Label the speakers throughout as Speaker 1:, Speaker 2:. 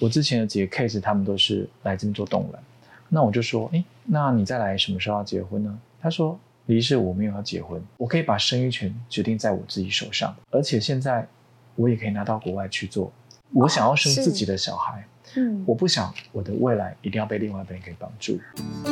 Speaker 1: 我之前的几个 case 他们都是来这边做冻卵，那我就说那你再来什么时候要结婚呢？他说李医师，我没有要结婚，我可以把生育权决定在我自己手上，而且现在我也可以拿到国外去做，我想要生自己的小孩，我不想我的未来一定要被另外一个人给绑住。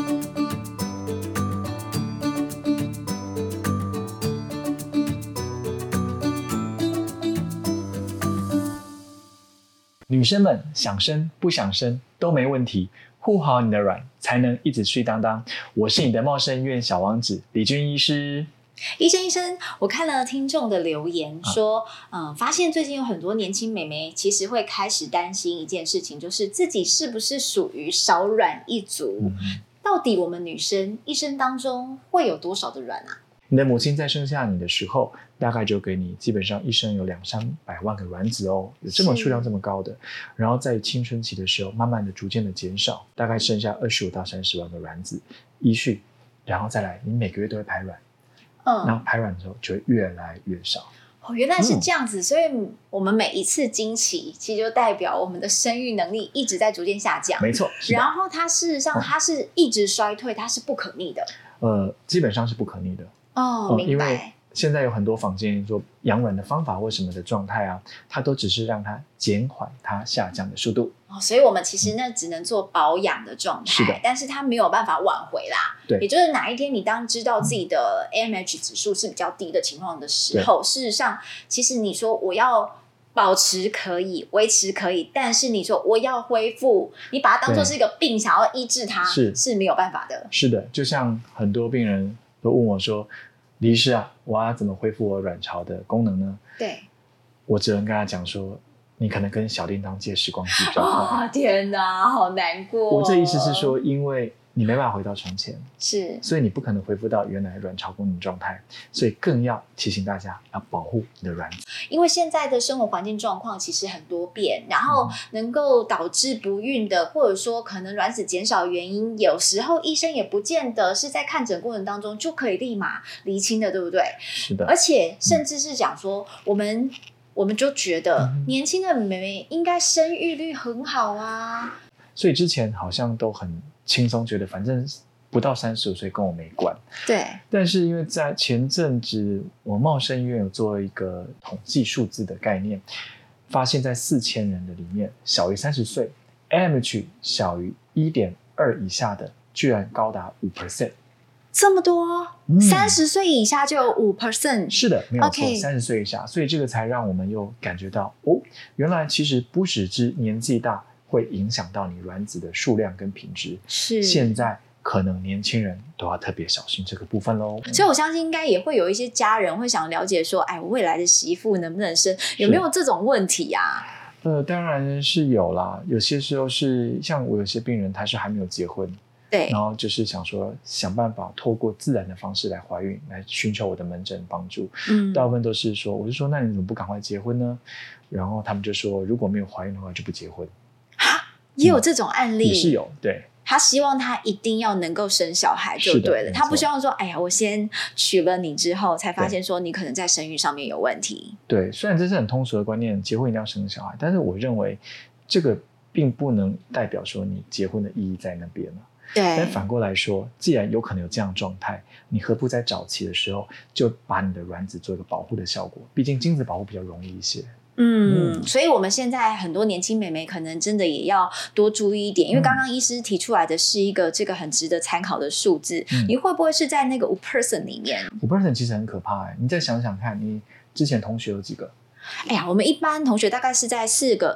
Speaker 1: 女生们想生不想生都没问题，护好你的卵才能一直睡当当。我是你的茂生院小王子李军医师。
Speaker 2: 医生，我看了听众的留言说，发现最近有很多年轻美眉其实会开始担心一件事情，就是自己是不是属于少卵一族。到底我们女生一生当中会有多少的卵啊？
Speaker 1: 你的母亲在生下你的时候，大概就给你基本上一生有200-300万个卵子哦，有这么数量这么高的。然后在青春期的时候，慢慢的、逐渐的减少，大概剩下25到30万个卵子，依序，然后再来，你每个月都会排卵，然后排卵的时候就会越来越少。
Speaker 2: 原来是这样子，所以我们每一次经期，其实就代表我们的生育能力一直在逐渐下降。
Speaker 1: 没错，
Speaker 2: 然后它事实上它是一直衰退，它是不可逆的。
Speaker 1: 基本上是不可逆的。
Speaker 2: 明白。
Speaker 1: 因为现在有很多坊间说养卵的方法或什么的状态啊，它都只是让它减缓它下降的速度。
Speaker 2: 所以我们其实那只能做保养的状态，
Speaker 1: 是的，
Speaker 2: 但是它没有办法挽回啦。
Speaker 1: 对，
Speaker 2: 也就是哪一天你当知道自己的 AMH 指数是比较低的情况的时候，事实上其实你说我要保持可以，维持可以，但是你说我要恢复，你把它当作是一个病，想要医治它是没有办法的。
Speaker 1: 是的，就像很多病人都问我说，李医师啊，我要怎么恢复我卵巢的功能呢？
Speaker 2: 对，
Speaker 1: 我只能跟他讲说，你可能跟小叮当借时光机比较快。
Speaker 2: 天哪，好难过。
Speaker 1: 我这意思是说，因为你没办法回到从前，
Speaker 2: 是，
Speaker 1: 所以你不可能恢复到原来卵巢功能状态，所以更要提醒大家要保护你的卵子。
Speaker 2: 因为现在的生活环境状况其实很多变，然后能够导致不孕的，或者说可能卵子减少原因，有时候医生也不见得是在看诊过程当中就可以立马厘清的，对不对？
Speaker 1: 是的，
Speaker 2: 而且甚至是讲说，我们就觉得年轻的妹妹应该生育率很好啊，
Speaker 1: 所以之前好像都很轻松，觉得反正不到35岁跟我没关。
Speaker 2: 对。
Speaker 1: 但是因为在前阵子，我茂生医院有做一个统计数字的概念，发现在4000人的里面，小于30岁 AMH 小于 1.2 以下的，居然高达 5%。
Speaker 2: 这么多，30岁以下就有 5%。
Speaker 1: 是的，没有错，30岁以下，所以这个才让我们又感觉到原来其实不只是年纪大会影响到你卵子的数量跟品质，
Speaker 2: 是
Speaker 1: 现在可能年轻人都要特别小心这个部分咯。
Speaker 2: 所以我相信应该也会有一些家人会想了解说，我未来的媳妇能不能生，有没有这种问题啊？
Speaker 1: 当然是有啦，有些时候是像我有些病人他是还没有结婚，
Speaker 2: 对，
Speaker 1: 然后就是想说想办法透过自然的方式来怀孕，来寻求我的门诊帮助。大部分都是说，我就说那你怎么不赶快结婚呢？然后他们就说如果没有怀孕的话就不结婚。
Speaker 2: 也有这种案例，
Speaker 1: 也是有，对。
Speaker 2: 他希望他一定要能够生小孩就对了，他不希望说我先娶了你之后才发现说你可能在生育上面有问题。
Speaker 1: 对，虽然这是很通俗的观念，结婚一定要生小孩，但是我认为这个并不能代表说你结婚的意义在那边了。
Speaker 2: 对，
Speaker 1: 但反过来说，既然有可能有这样的状态，你何不在早期的时候就把你的卵子做一个保护的效果，毕竟精子保护比较容易一些。
Speaker 2: 所以我们现在很多年轻美眉可能真的也要多注意一点，因为刚刚医师提出来的是一个这个很值得参考的数字，你会不会是在那个 5% 里面
Speaker 1: ？5% 其实很可怕你再想想看，你之前同学有几个？
Speaker 2: 我们一般同学大概是在40个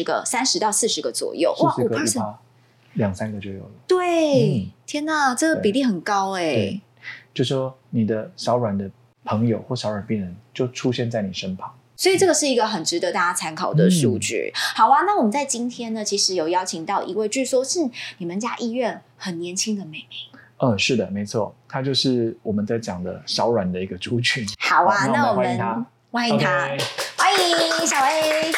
Speaker 2: 30到40个左右。
Speaker 1: 哇，5%， 2-3个就有了。
Speaker 2: 对，天哪，这个比例很高
Speaker 1: 对，就说你的少卵的朋友或少卵病人就出现在你身旁。
Speaker 2: 所以这个是一个很值得大家参考的数据。好啊，那我们在今天呢，其实有邀请到一位据说是你们家医院很年轻的妹妹。
Speaker 1: 是的，没错，她就是我们在讲的少卵的一个族群。
Speaker 2: 好啊，那我们欢迎她，欢迎小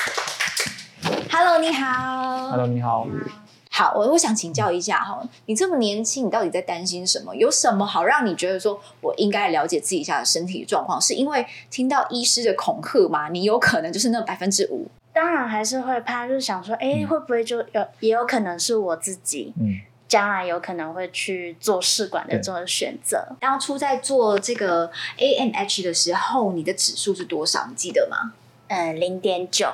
Speaker 2: A。Hello， 你好。
Speaker 1: Hello， 你好。
Speaker 2: 好，我想请教一下你这么年轻，你到底在担心什么？有什么好让你觉得说我应该了解自己一下的身体状况？是因为听到医师的恐吓吗？你有可能就是那5%？
Speaker 3: 当然还是会怕，就是想说，会不会就也有可能是我自己，将来有可能会去做试管的这种选择。
Speaker 2: 当初在做这个 AMH 的时候，你的指数是多少？你记得吗
Speaker 3: ？0.9。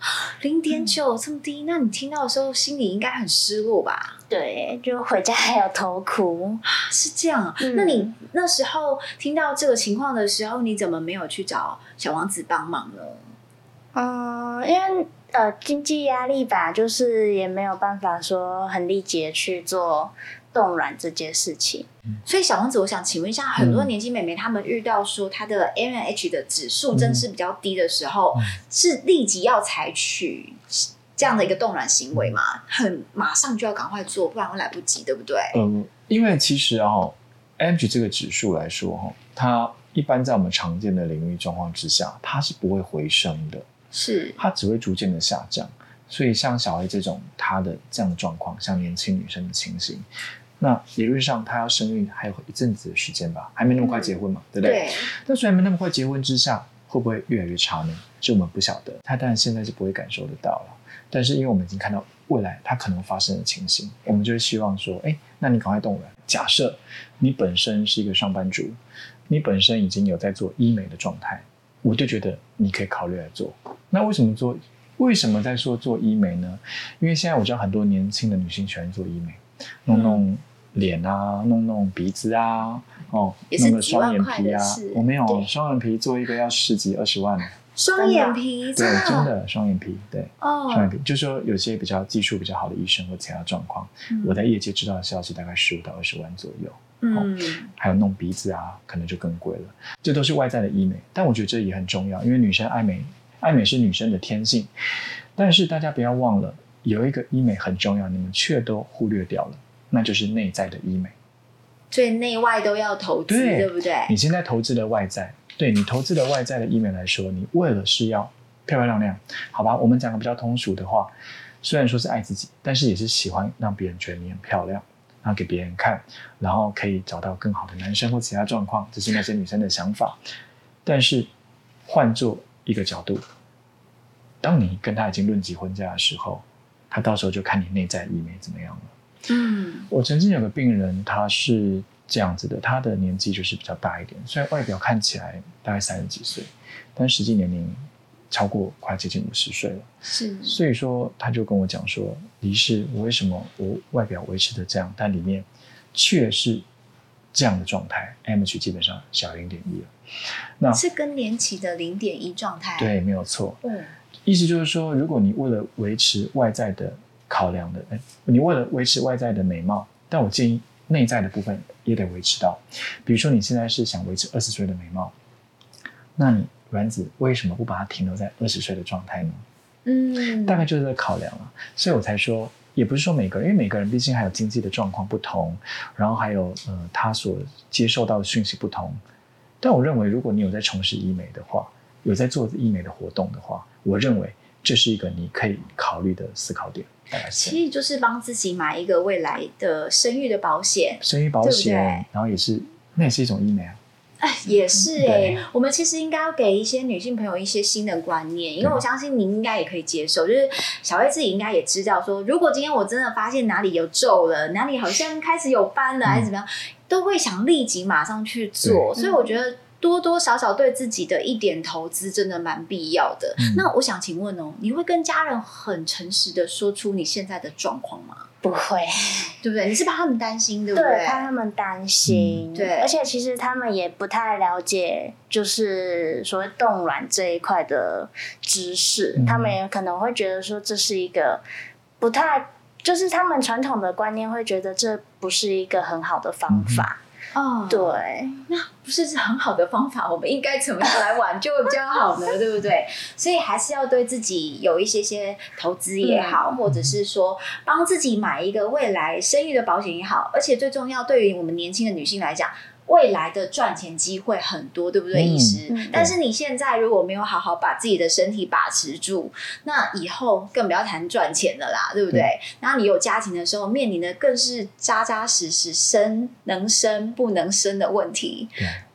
Speaker 2: 0.9这么低，那你听到的时候心里应该很失落吧？
Speaker 3: 对，就回家还有偷哭。
Speaker 2: 是这样，那你那时候听到这个情况的时候，你怎么没有去找小王子帮忙呢？
Speaker 3: 因为经济压力吧，就是也没有办法说很立即的去做冻卵这件事情。
Speaker 2: 所以小王子，我想请问一下，很多年轻妹妹她们遇到说她的 AMH 的指数真是比较低的时候，是立即要采取这样的一个冻卵行为吗？马上就要赶快做，不然会来不及，对不对？
Speaker 1: 因为其实AMH 这个指数来说它一般在我们常见的领域状况之下，它是不会回升的，
Speaker 2: 是
Speaker 1: 它只会逐渐的下降。所以像小 A 这种她的这样的状况，像年轻女生的情形，那理论上她要生育还有一阵子的时间吧，还没那么快结婚嘛，对不对？
Speaker 2: 对。
Speaker 1: 那虽然没那么快结婚之下，会不会越来越差呢？这我们不晓得，她当然现在是不会感受得到了。但是因为我们已经看到未来它可能发生的情形，我们就希望说，那你赶快冻卵。假设你本身是一个上班族，你本身已经有在做医美的状态，我就觉得你可以考虑来做。那为什么在说做医美呢？因为现在我知道很多年轻的女性喜欢做医美，弄脸啊，弄鼻子啊，弄个双眼皮啊。我没有双眼皮做一个要10几20万。
Speaker 2: 双眼皮，
Speaker 1: 对，真的双眼皮，对，双眼皮，就是说有些技术比较好的医生或其他状况，我在业界知道的消息大概15到20万左右。还有弄鼻子啊，可能就更贵了。这都是外在的医美，但我觉得这也很重要，因为女生爱美是女生的天性。但是大家不要忘了，有一个医美很重要，你们却都忽略掉了，那就是内在的医美。
Speaker 2: 所以内外都要投资，对不对？
Speaker 1: 你现在投资的外在，对你投资的外在的医美来说，你为了是要漂漂亮亮，好吧？我们讲个比较通俗的话，虽然说是爱自己，但是也是喜欢让别人觉得你很漂亮，然后给别人看，然后可以找到更好的男生或其他状况，这是那些女生的想法。但是换做一个角度，当你跟他已经论及婚嫁的时候，他到时候就看你内在医美怎么样了。我曾经有个病人，他是这样子的，他的年纪就是比较大一点，虽然外表看起来大概30几岁，但实际年龄超过快接近50岁了。
Speaker 2: 是，
Speaker 1: 所以说他就跟我讲说，黎氏，我为什么我外表维持的这样，但里面却是这样的状态 ，AMH 基本上小于0.1了。那
Speaker 2: 是更年期的0.1状态。
Speaker 1: 对，没有错。意思就是说，如果你为了维持外在的考量的，你为了维持外在的美貌，但我建议内在的部分也得维持到。比如说你现在是想维持20岁的美貌，那你卵子为什么不把它停留在20岁的状态呢？大概就是这个考量了。所以我才说，也不是说每个人，因为每个人毕竟还有经济的状况不同，然后还有他所接受到的讯息不同。但我认为，如果你有在从事医美的话，有在做医美的活动的话，我认为这是一个你可以考虑的思考点。
Speaker 2: 其实就是帮自己买一个未来的生育的保险，
Speaker 1: 生育保险，然后那也是一种医美啊。
Speaker 2: 也是我们其实应该要给一些女性朋友一些新的观念，因为我相信您应该也可以接受，就是小薇自己应该也知道说，如果今天我真的发现哪里有皱了，哪里好像开始有斑了，还是怎么样，都会想立即马上去做。所以我觉得多多少少对自己的一点投资真的蛮必要的。那我想请问你会跟家人很诚实的说出你现在的状况吗？
Speaker 3: 不会，
Speaker 2: 对不对？你是怕他们担心，对不对？
Speaker 3: 对，怕他们担心。对，而且其实他们也不太了解，就是所谓冻卵这一块的知识，他们也可能会觉得说这是一个不太，就是他们传统的观念会觉得这不是一个很好的方法。对，
Speaker 2: 那不是很好的方法，我们应该怎么样来挽救比较好呢？对不对？所以还是要对自己有一些投资也好，或者是说帮自己买一个未来生育的保险也好，而且最重要，对于我们年轻的女性来讲，未来的赚钱机会很多，对不对，医师？但是你现在如果没有好好把自己的身体把持住，那以后更不要谈赚钱了啦，对不对？然后你有家庭的时候，面临的更是扎扎实实能生不能生的问题。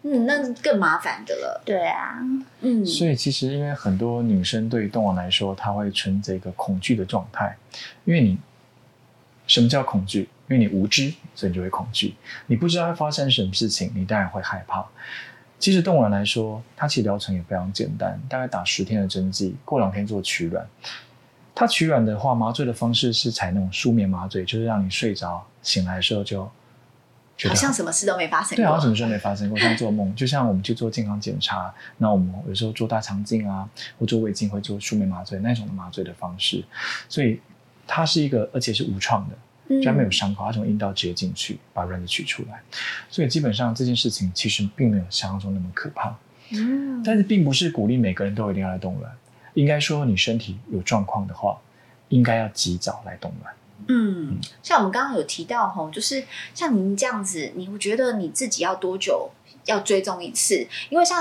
Speaker 2: 那更麻烦的了。
Speaker 3: 对啊，
Speaker 1: 所以其实因为很多女生对于冻卵来说，她会存着一个恐惧的状态，因为你什么叫恐惧？因为你无知，所以你就会恐惧。你不知道会发生什么事情，你当然会害怕。其实冻卵来说，它其实疗程也非常简单，大概打10天的针剂，过2天做取卵。它取卵的话，麻醉的方式是采那种舒眠麻醉，就是让你睡着，醒来的时候就觉得
Speaker 2: 好像什么事都没发生过。
Speaker 1: 对，好像什么事都没发生过，像做梦。就像我们去做健康检查，那我们有时候做大肠镜啊，或做胃镜会做舒眠麻醉那种的麻醉的方式，所以它是一个，而且是无创的。就它没有伤口，它从阴道直接进去把卵子取出来，所以基本上这件事情其实并没有想象中那么可怕。但是并不是鼓励每个人都一定要来冻卵，应该说你身体有状况的话，应该要及早来冻卵。
Speaker 2: 像我们刚刚有提到就是像您这样子，你会觉得你自己要多久要追踪一次？因为像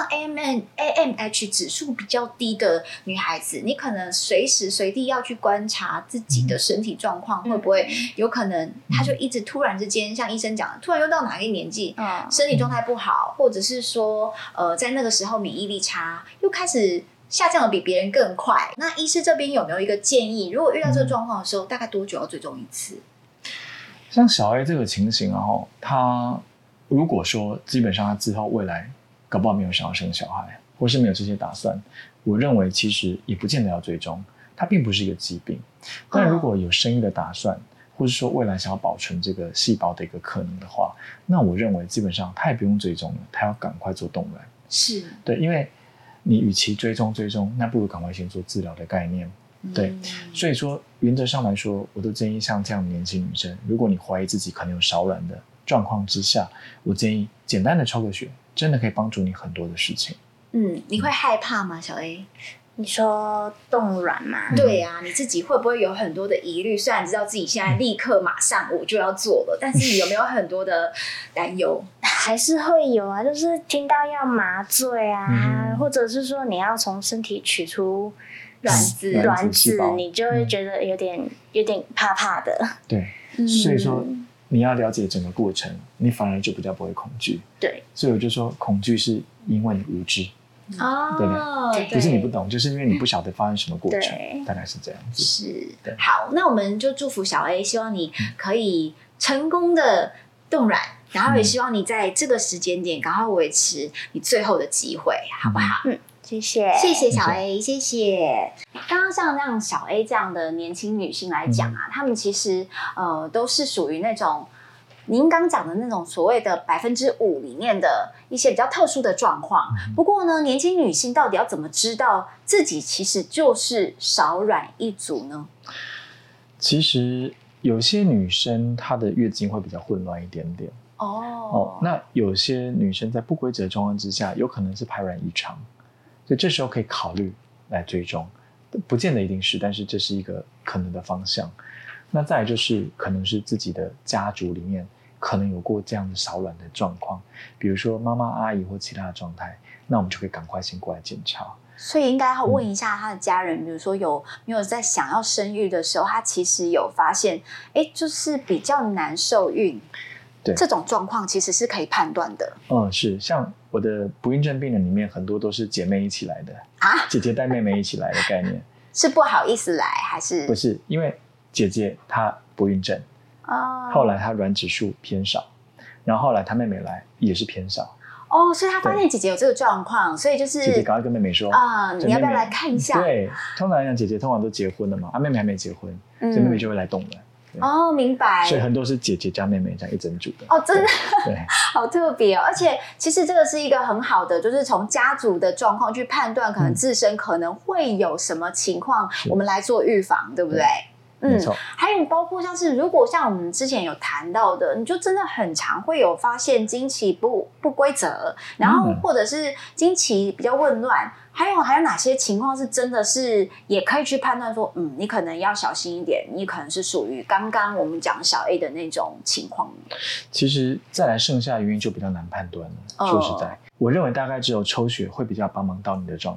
Speaker 2: AMH 指数比较低的女孩子，你可能随时随地要去观察自己的身体状况，会不会有可能她就一直突然之间，像医生讲的，突然又到哪一个年纪，身体状态不好，或者是说在那个时候免疫力差，又开始下降的比别人更快。那医师这边有没有一个建议，如果遇到这个状况的时候，大概多久要追踪一次？
Speaker 1: 像小 A 这个情形他如果说基本上他之后未来搞不好没有想要生小孩，或是没有这些打算，我认为其实也不见得要追踪，它并不是一个疾病。但如果有生育的打算，或是说未来想要保存这个细胞的一个可能的话，那我认为基本上他也不用追踪了，他要赶快做冻卵。
Speaker 2: 是
Speaker 1: 对，因为你与其追踪，那不如赶快先做治疗的概念。对，所以说原则上来说，我都建议像这样的年轻女生，如果你怀疑自己可能有少卵的状况之下，我建议简单的抽个血，真的可以帮助你很多的事情。
Speaker 2: 你会害怕吗，小 A？
Speaker 3: 你说冻卵吗？
Speaker 2: 对啊，你自己会不会有很多的疑虑？虽然知道自己现在立刻马上我就要做了，但是你有没有很多的担忧？
Speaker 3: 还是会有啊，就是听到要麻醉啊，或者是说你要从身体取出卵子，你就会觉得有点怕怕的。
Speaker 1: 对，所以说你要了解整个过程，你反而就比较不会恐惧。
Speaker 3: 对，
Speaker 1: 所以我就说恐惧是因为你无知。对不对？不是你不懂，就是因为你不晓得发生什么过程，大概是这样子。
Speaker 2: 是，好，那我们就祝福小 A， 希望你可以成功的冻卵，然后也希望你在这个时间点赶快维持你最后的机会，好不好？
Speaker 3: 谢谢
Speaker 2: 小 A， 谢谢。刚刚像小 A 这样的年轻女性来讲啊，她们其实都是属于那种您刚讲的那种所谓的5%里面的一些比较特殊的状况。不过呢，年轻女性到底要怎么知道自己其实就是少卵一族呢？
Speaker 1: 其实有些女生她的月经会比较混乱一点点。那有些女生在不规则的状况之下，有可能是排卵异常，所以这时候可以考虑来追踪，不见得一定是，但是这是一个可能的方向。那再来就是可能是自己的家族里面可能有过这样的少卵的状况，比如说妈妈、阿姨或其他的状态，那我们就可以赶快先过来检查。
Speaker 2: 所以应该要问一下他的家人，比如说有没有在想要生育的时候，他其实有发现，就是比较难受孕，对，这种状况其实是可以判断的。
Speaker 1: 是，像我的不孕症病人里面很多都是姐妹一起来的姐姐带妹妹一起来的概念。
Speaker 2: 是不好意思来还是？
Speaker 1: 不是，因为姐姐她不孕症，后来她卵子数偏少，然后后来她妹妹来也是偏少。
Speaker 2: 所以她发现姐姐有这个状况，所以就是
Speaker 1: 姐姐赶快跟妹妹说
Speaker 2: 你要不要来看一下？
Speaker 1: 对，通常来讲姐姐通常都结婚了嘛，妹妹还没结婚，所以妹妹就会来冻卵。
Speaker 2: 明白。
Speaker 1: 所以很多是姐姐加妹妹这样一整组的。
Speaker 2: 真的，
Speaker 1: 对，
Speaker 2: 好特别而且其实这个是一个很好的，就是从家族的状况去判断，可能自身可能会有什么情况，我们来做预防，对不对？
Speaker 1: 没错。
Speaker 2: 还有包括像是如果像我们之前有谈到的，你就真的很常会有发现经期不规则，然后或者是经期比较混乱，还有哪些情况是真的是也可以去判断说，你可能要小心一点，你可能是属于刚刚我们讲小 A 的那种情况。
Speaker 1: 其实再来剩下的原因就比较难判断了。说实在，我认为大概只有抽血会比较帮忙到你的状态。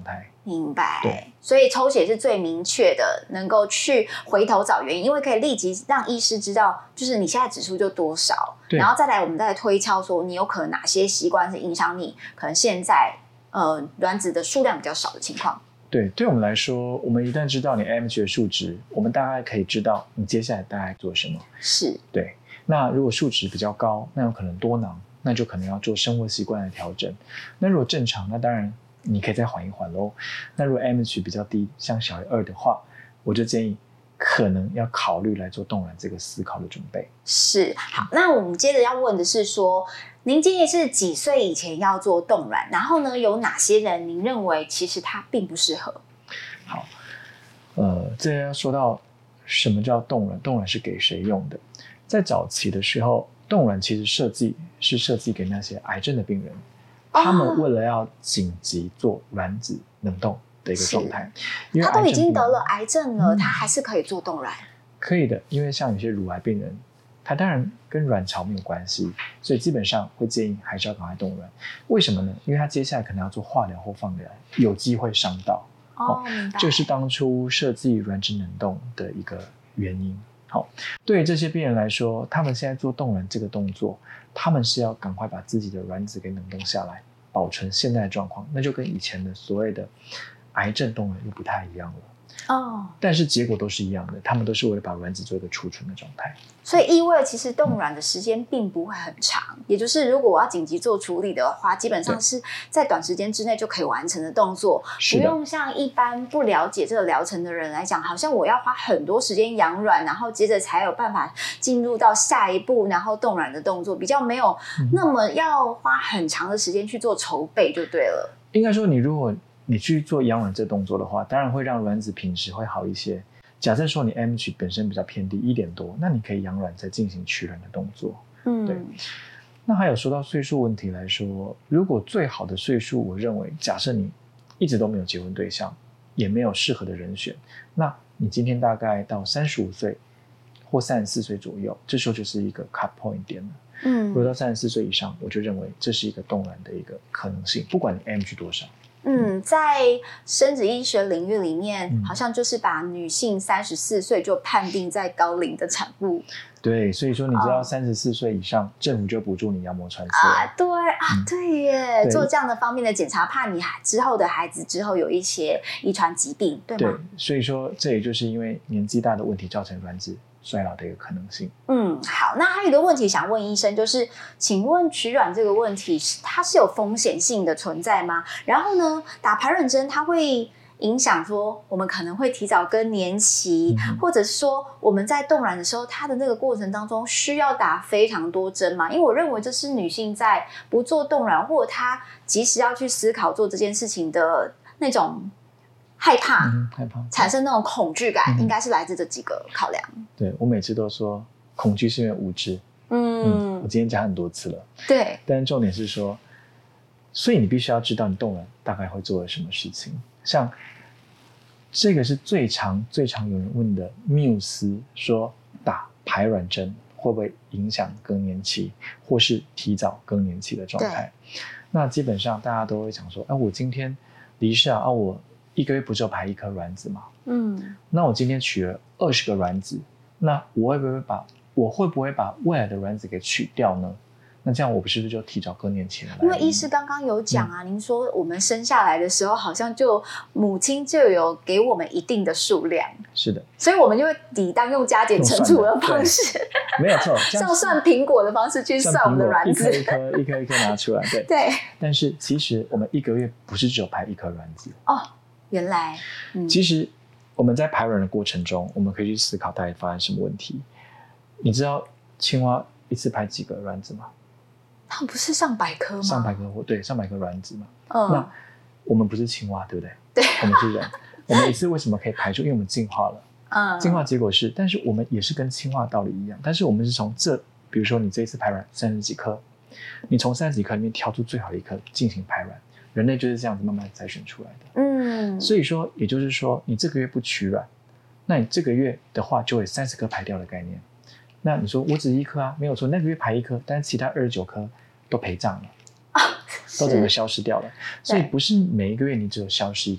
Speaker 2: 明白。
Speaker 1: 对，
Speaker 2: 所以抽血是最明确的，能够去回头找原因，因为可以立即让医师知道，就是你现在指数就多少，然后再来我们再来推敲说你有可能哪些习惯是影响你可能现在卵子的数量比较少的情况。
Speaker 1: 对，对我们来说，我们一旦知道你 AMH 的数值，我们大概可以知道你接下来大概做什么。
Speaker 2: 是，
Speaker 1: 对。那如果数值比较高，那有可能多囊，那就可能要做生活习惯的调整。那如果正常，那当然你可以再缓一缓咯。那如果 AMH 比较低，像小于2的话，我就建议可能要考虑来做冻卵这个思考的准备。
Speaker 2: 是，好，那我们接着要问的是说，您建议是几岁以前要做冻卵？然后呢，有哪些人您认为其实他并不适合？
Speaker 1: 好，这要说到什么叫冻卵，冻卵是给谁用的？在早期的时候，冻卵其实设计给那些癌症的病人，他们为了要紧急做卵子冷冻的一个状态，因为
Speaker 2: 他都已经得了癌症了，他还是可以做冻卵。
Speaker 1: 可以的，因为像有些乳癌病人，他当然跟卵巢没有关系，所以基本上会建议还是要赶快冻卵。为什么呢？因为他接下来可能要做化疗或放疗，有机会伤到。
Speaker 2: 明白。
Speaker 1: 这是当初设计卵子冷冻的一个原因。好，对于这些病人来说，他们现在做冻卵这个动作，他们是要赶快把自己的卵子给冷冻下来，保存现在的状况，那就跟以前的所谓的癌症冻卵又不太一样了。但是结果都是一样的，他们都是为了把卵子做一个储存的状态。
Speaker 2: 所以意味其实冻卵的时间并不会很长，也就是如果我要紧急做处理的话，基本上是在短时间之内就可以完成的动作，不用像一般不了解这个疗程的人来讲，好像我要花很多时间养卵，然后接着才有办法进入到下一步，然后冻卵的动作，比较没有那么要花很长的时间去做筹备就对了。
Speaker 1: 应该说如果你去做养卵这动作的话，当然会让卵子品质会好一些。假设说你 AMH 本身比较偏低1点多，那你可以养卵再进行取卵的动作。对。那还有说到岁数问题来说，如果最好的岁数，我认为假设你一直都没有结婚对象，也没有适合的人选，那你今天大概到35岁或34岁左右，这时候就是一个 cut point 点了。如果到34岁以上，我就认为这是一个冻卵的一个可能性，不管你 AMH 多少。
Speaker 2: 在生殖医学领域里面，好像就是把女性34岁就判定在高龄的产妇。
Speaker 1: 对，所以说你知道34岁以上，政府就补助你羊膜穿刺。
Speaker 2: 对耶，做这样的方面的检查，怕你之后的孩子之后有一些遗传疾病，对吗？
Speaker 1: 对，所以说这也就是因为年纪大的问题造成卵子衰老的一个可能性。
Speaker 2: 好，那还有一个问题想问医生，就是请问取卵这个问题，它是有风险性的存在吗？然后呢，打排卵针它会影响说我们可能会提早更年期，或者是说我们在冻卵的时候，它的那个过程当中需要打非常多针嘛？因为我认为这是女性在不做冻卵，或者她即使要去思考做这件事情的那种害怕产生那种恐惧感，应该是来自这几个考量。
Speaker 1: 对，我每次都说恐惧是因为无知。我今天讲很多次了。
Speaker 2: 对，
Speaker 1: 但是重点是说，所以你必须要知道你冻卵大概会做了什么事情。像这个是最常有人问的缪斯，说打排卵针会不会影响更年期或是提早更年期的状态？那基本上大家都会想说，我今天离世我1个月不就排1颗卵子吗？那我今天取了20个卵子，那我会不会把未来的卵子给取掉呢？那这样我不是就提早更年期了？
Speaker 2: 因为医师刚刚有讲您说我们生下来的时候，好像就母亲就有给我们一定的数量。
Speaker 1: 是的，
Speaker 2: 所以我们就会抵当用加减乘除的方式，
Speaker 1: 没有错，
Speaker 2: 像算苹果的方式去算我们的卵子，
Speaker 1: 一颗一颗拿出来。
Speaker 2: 对。
Speaker 1: 但是其实我们1个月不是只有排1颗卵子。
Speaker 2: 原来，
Speaker 1: 其实我们在排卵的过程中，我们可以去思考到底发生什么问题。你知道青蛙一次排几个卵子吗？
Speaker 2: 它不是上百颗吗？
Speaker 1: 上百颗卵子嘛。那我们不是青蛙，对不对？
Speaker 2: 对，
Speaker 1: 我们是人。我们一次为什么可以排出？因为我们进化了。进化结果是，但是我们也是跟青蛙的道理一样，但是我们是从比如说你这一次排卵30几颗，你从30几颗里面挑出最好的一颗进行排卵。人类就是这样子慢慢筛选出来的。所以说，也就是说，你这个月不取卵，那你这个月的话就会30颗排掉的概念。那你说我只1颗没有错，那个月排1颗，但是其他29颗都陪葬了，都整个消失掉了。所以不是每一个月你只有消失1个卵，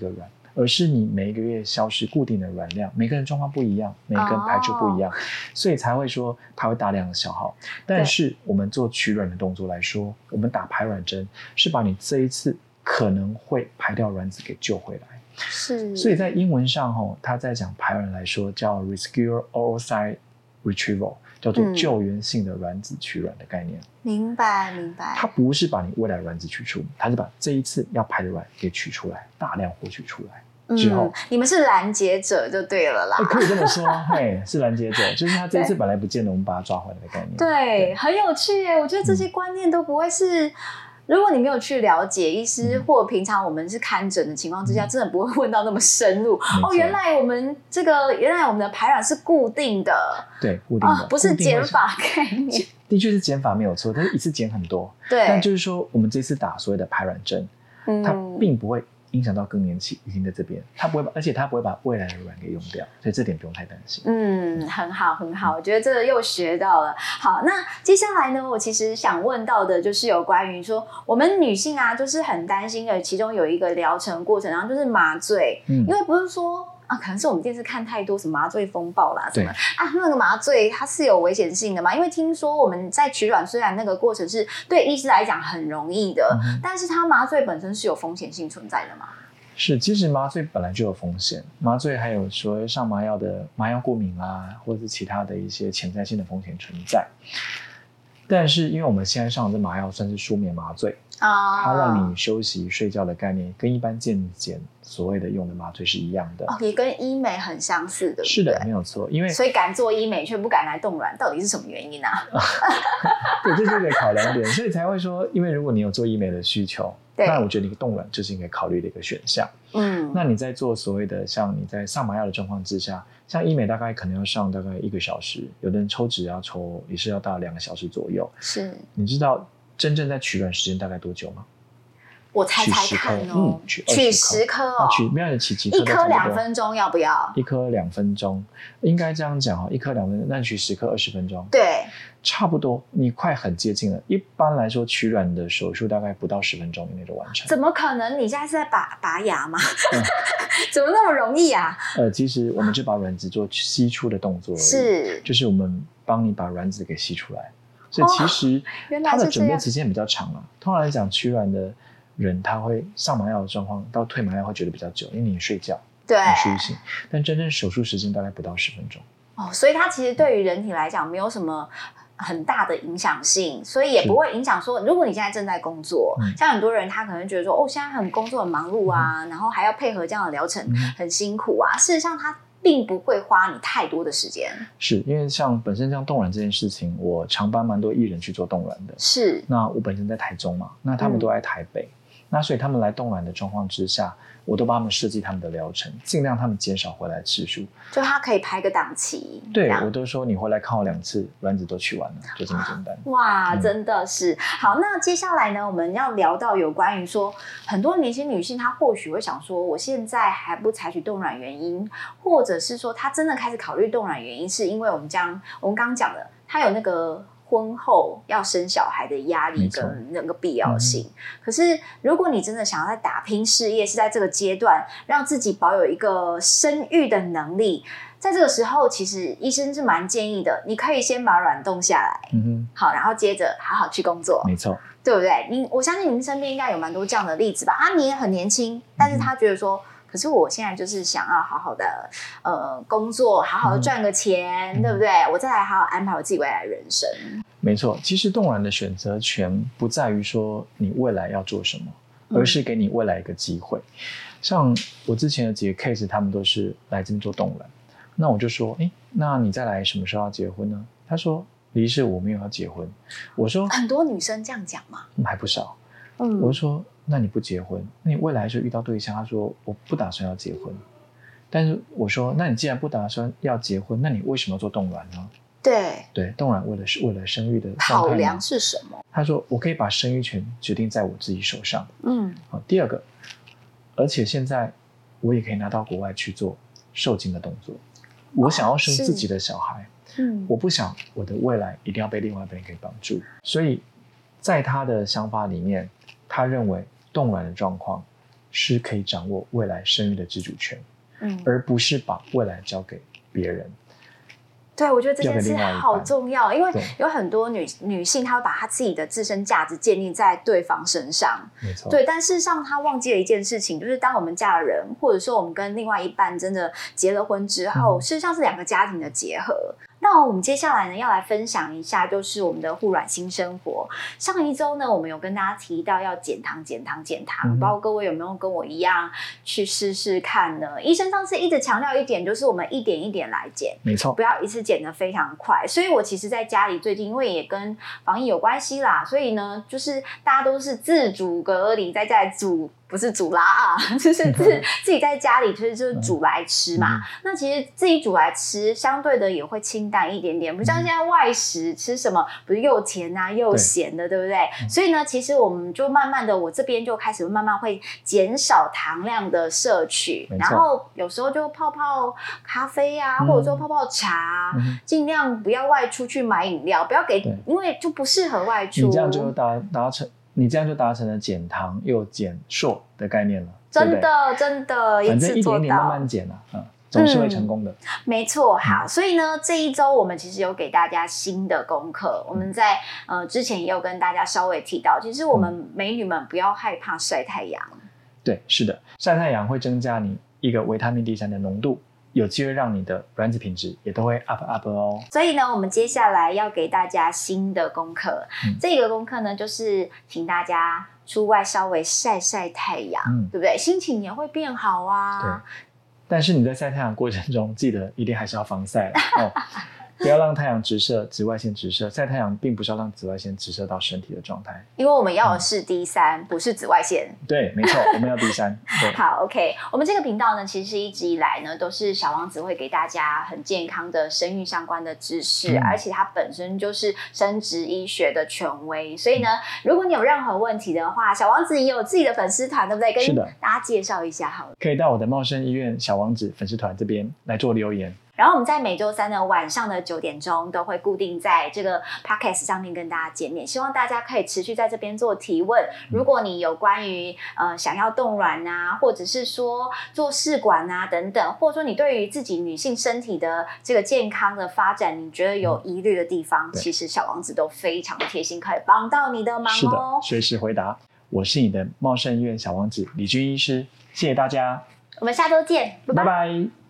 Speaker 1: 而是你每一个月消失固定的卵量，每个人状况不一样，每个人排出不一样，所以才会说它会大量的消耗。但是我们做取卵的动作来说，我们打排卵针是把你这一次可能会排掉卵子给救回来。
Speaker 2: 是，
Speaker 1: 所以在英文上他在讲排卵来说叫 rescue oocyte retrieval， 叫做救援性的卵子取卵的概念。
Speaker 2: 明白。
Speaker 1: 它不是把你未来卵子取出，它是把这一次要排的卵给取出来，大量获取出来之后，
Speaker 2: 你们是拦截者就对了啦。
Speaker 1: 可以这么说，是拦截者，就是他这一次本来不见了，我们把它抓回来的概念。
Speaker 2: 对，很有趣耶！我觉得这些观念都不会是。如果你没有去了解医师，或平常我们是看诊的情况之下，真的不会问到那么深入。原来我们的排卵是固定的，
Speaker 1: 对，固定的，
Speaker 2: 不是减法概念。
Speaker 1: 的确是减法没有错，但是一次减很多。
Speaker 2: 对，
Speaker 1: 但就是说，我们这次打所谓的排卵针，它并不会影响到更年期已经在这边，而且它不会把未来的卵给用掉，所以这点不用太担心。
Speaker 2: 很好，我觉得这个又学到了。好，那接下来呢，我其实想问到的就是有关于说，我们女性啊，就是很担心的，其中有一个疗程过程，然后就是麻醉，因为不是说。可能是我们电视看太多什么麻醉风暴啦什么那个麻醉它是有危险性的嘛？因为听说我们在取卵，虽然那个过程是对医师来讲很容易的，但是它麻醉本身是有风险性存在的嘛？
Speaker 1: 是，其实麻醉本来就有风险，麻醉还有所谓上麻药的麻药过敏或者是其他的一些潜在性的风险存在。但是因为我们现在上的麻药算是舒眠麻醉，它让你休息睡觉的概念跟一般健检所谓的用的麻醉是一样的，
Speaker 2: 也跟医美很相似，对不对？
Speaker 1: 是的，没有错。因为
Speaker 2: 所以敢做医美却不敢来冻卵，到底是什么原因啊？
Speaker 1: 对，这是一个考量点，所以才会说，因为如果你有做医美的需求，那我觉得你冻卵就是应该考虑的一个选项。那你在做所谓的像你在上麻药的状况之下，像医美大概可能要上大概1个小时，有的人抽脂也是要到2个小时左右。
Speaker 2: 是，
Speaker 1: 你知道真正在取卵时间大概多久吗？
Speaker 2: 我猜看哦，取10颗哦，
Speaker 1: 没有取几颗，
Speaker 2: 一颗2分钟要不要？
Speaker 1: 一颗2分钟，应该这样讲一颗2分钟，那取10颗20分钟，
Speaker 2: 对，
Speaker 1: 差不多，你快很接近了。一般来说，取卵的手术大概不到10分钟以内就完成。
Speaker 2: 怎么可能？你现在是在拔牙吗？怎么那么容易啊？
Speaker 1: 其实我们就把卵子做吸出的动作而已，
Speaker 2: 是，
Speaker 1: 就是我们帮你把卵子给吸出来。所以其实它的准备时间比较长啊。通常来讲，取卵的人他会上麻药的状况到退麻药会觉得比较久，因为你睡觉，
Speaker 2: 对，
Speaker 1: 你苏醒，但真正手术时间大概不到10分钟。
Speaker 2: 所以它其实对于人体来讲没有什么很大的影响性，所以也不会影响说，如果你现在正在工作，像很多人他可能觉得说，现在很工作很忙碌啊，然后还要配合这样的疗程，很辛苦啊。事实上，它并不会花你太多的时间。是
Speaker 1: 因为像本身像冻卵这件事情，我常帮蛮多艺人去做冻卵的。
Speaker 2: 是，
Speaker 1: 那我本身在台中嘛，那他们都在台北。那所以他们来冻卵的状况之下，我都帮他们设计他们的疗程，尽量他们减少回来次数，
Speaker 2: 就他可以排个档期。
Speaker 1: 对，我都说你回来看我2次，卵子都取完了，就这么简单。
Speaker 2: 哇，真的是好。那接下来呢，我们要聊到有关于说，很多年轻女性她或许会想说，我现在还不采取冻卵原因，或者是说她真的开始考虑冻卵原因，是因为我们刚刚讲的，她有那个婚后要生小孩的压力跟那个必要性。可是如果你真的想要在打拼事业，是在这个阶段让自己保有一个生育的能力，在这个时候其实医生是蛮建议的，你可以先把卵冻下来，好，然后接着好好去工作，
Speaker 1: 没错，
Speaker 2: 对不对？我相信您身边应该有蛮多这样的例子吧。你也很年轻，但是他觉得说，可是我现在就是想要好好的工作，好好的赚个钱，对不对？我再来好好安排我自己未来的人生。
Speaker 1: 没错，其实冻卵的选择权不在于说你未来要做什么，而是给你未来一个机会。像我之前的几个 case， 他们都是来这边做冻卵，那我就说，那你再来什么时候要结婚呢？他说，李医师我没有要结婚。我说
Speaker 2: 很多女生这样讲嘛，
Speaker 1: 还不少。我就说，那你不结婚，那你未来就遇到对象。他说我不打算要结婚。但是我说，那你既然不打算要结婚，那你为什么要做冻卵呢？对，冻卵为了生育的
Speaker 2: 考量是什么？
Speaker 1: 他说我可以把生育权决定在我自己手上。第二个，而且现在我也可以拿到国外去做受精的动作。我想要生自己的小孩，我不想我的未来一定要被另外一个人给绑住。所以在他的想法里面，他认为冻卵的状况是可以掌握未来生育的自主权，而不是把未来交给别人。
Speaker 2: 对，我觉得这件事好重要，因为有很多女性，她会把她自己的自身价值建立在对方身上。
Speaker 1: 没错。
Speaker 2: 对，但事实上她忘记了一件事情，就是当我们嫁了人，或者说我们跟另外一半真的结了婚之后，事实上是两个家庭的结合。那我们接下来呢，要来分享一下，就是我们的护卵新生活。上一周呢，我们有跟大家提到要减糖，不知道各位有没有跟我一样去试试看呢？医生上次一直强调一点，就是我们一点一点来减，
Speaker 1: 没错，
Speaker 2: 不要一次减得非常快。所以我其实在家里最近，因为也跟防疫有关系啦，所以呢，就是大家都是自主隔离，在家里煮。不是煮啦啊，就是自己在家里就是煮来吃嘛。那其实自己煮来吃，相对的也会清淡一点点，不像现在外食吃什么不是又甜啊又咸的，对不对？所以呢，其实我们就慢慢的，我这边就开始慢慢会减少糖量的摄取，然后有时候就泡泡咖啡啊，或者说泡泡茶，尽量不要外出去买饮料，不要给，因为就不适合外出。
Speaker 1: 你这样就你这样就达成了减糖又减硕的概念了，
Speaker 2: 真的真的，
Speaker 1: 反正一点一点慢慢减总是会成功的。
Speaker 2: 没错，好，所以呢，这一周我们其实有给大家新的功课。我们在之前也有跟大家稍微提到，其实我们美女们不要害怕晒太阳。
Speaker 1: 对，是的，晒太阳会增加你一个维他命 D3 的浓度，有机会让你的卵子品质也都会 up 哦。所
Speaker 2: 以呢，我们接下来要给大家新的功课。这个功课呢，就是请大家出外稍微晒晒太阳，对不对？心情也会变好啊。
Speaker 1: 对，但是你在晒太阳过程中，记得一定还是要防晒哦。不要让太阳直射，紫外线直射。晒太阳并不是要让紫外线直射到身体的状态，
Speaker 2: 因为我们要的是 D3，不是紫外线。
Speaker 1: 对，没错，我们要 D3。
Speaker 2: 好 ，OK， 我们这个频道呢，其实一直以来呢，都是小王子会给大家很健康的生育相关的知识，而且它本身就是生殖医学的权威。所以呢，如果你有任何问题的话，小王子也有自己的粉丝团，对不对？跟大家介绍一下好了。
Speaker 1: 可以到我的茂盛医院小王子粉丝团这边来做留言。
Speaker 2: 然后我们在每周三的晚上的9点钟都会固定在这个 podcast 上面跟大家见面，希望大家可以持续在这边做提问。如果你有关于想要冻卵啊，或者是说做试管啊等等，或者说你对于自己女性身体的这个健康的发展，你觉得有疑虑的地方，其实小王子都非常的贴心，可以帮到你的忙哦。
Speaker 1: 是的，随时回答。我是你的茂盛医院小王子李军医师，谢谢大家，
Speaker 2: 我们下周见，拜拜。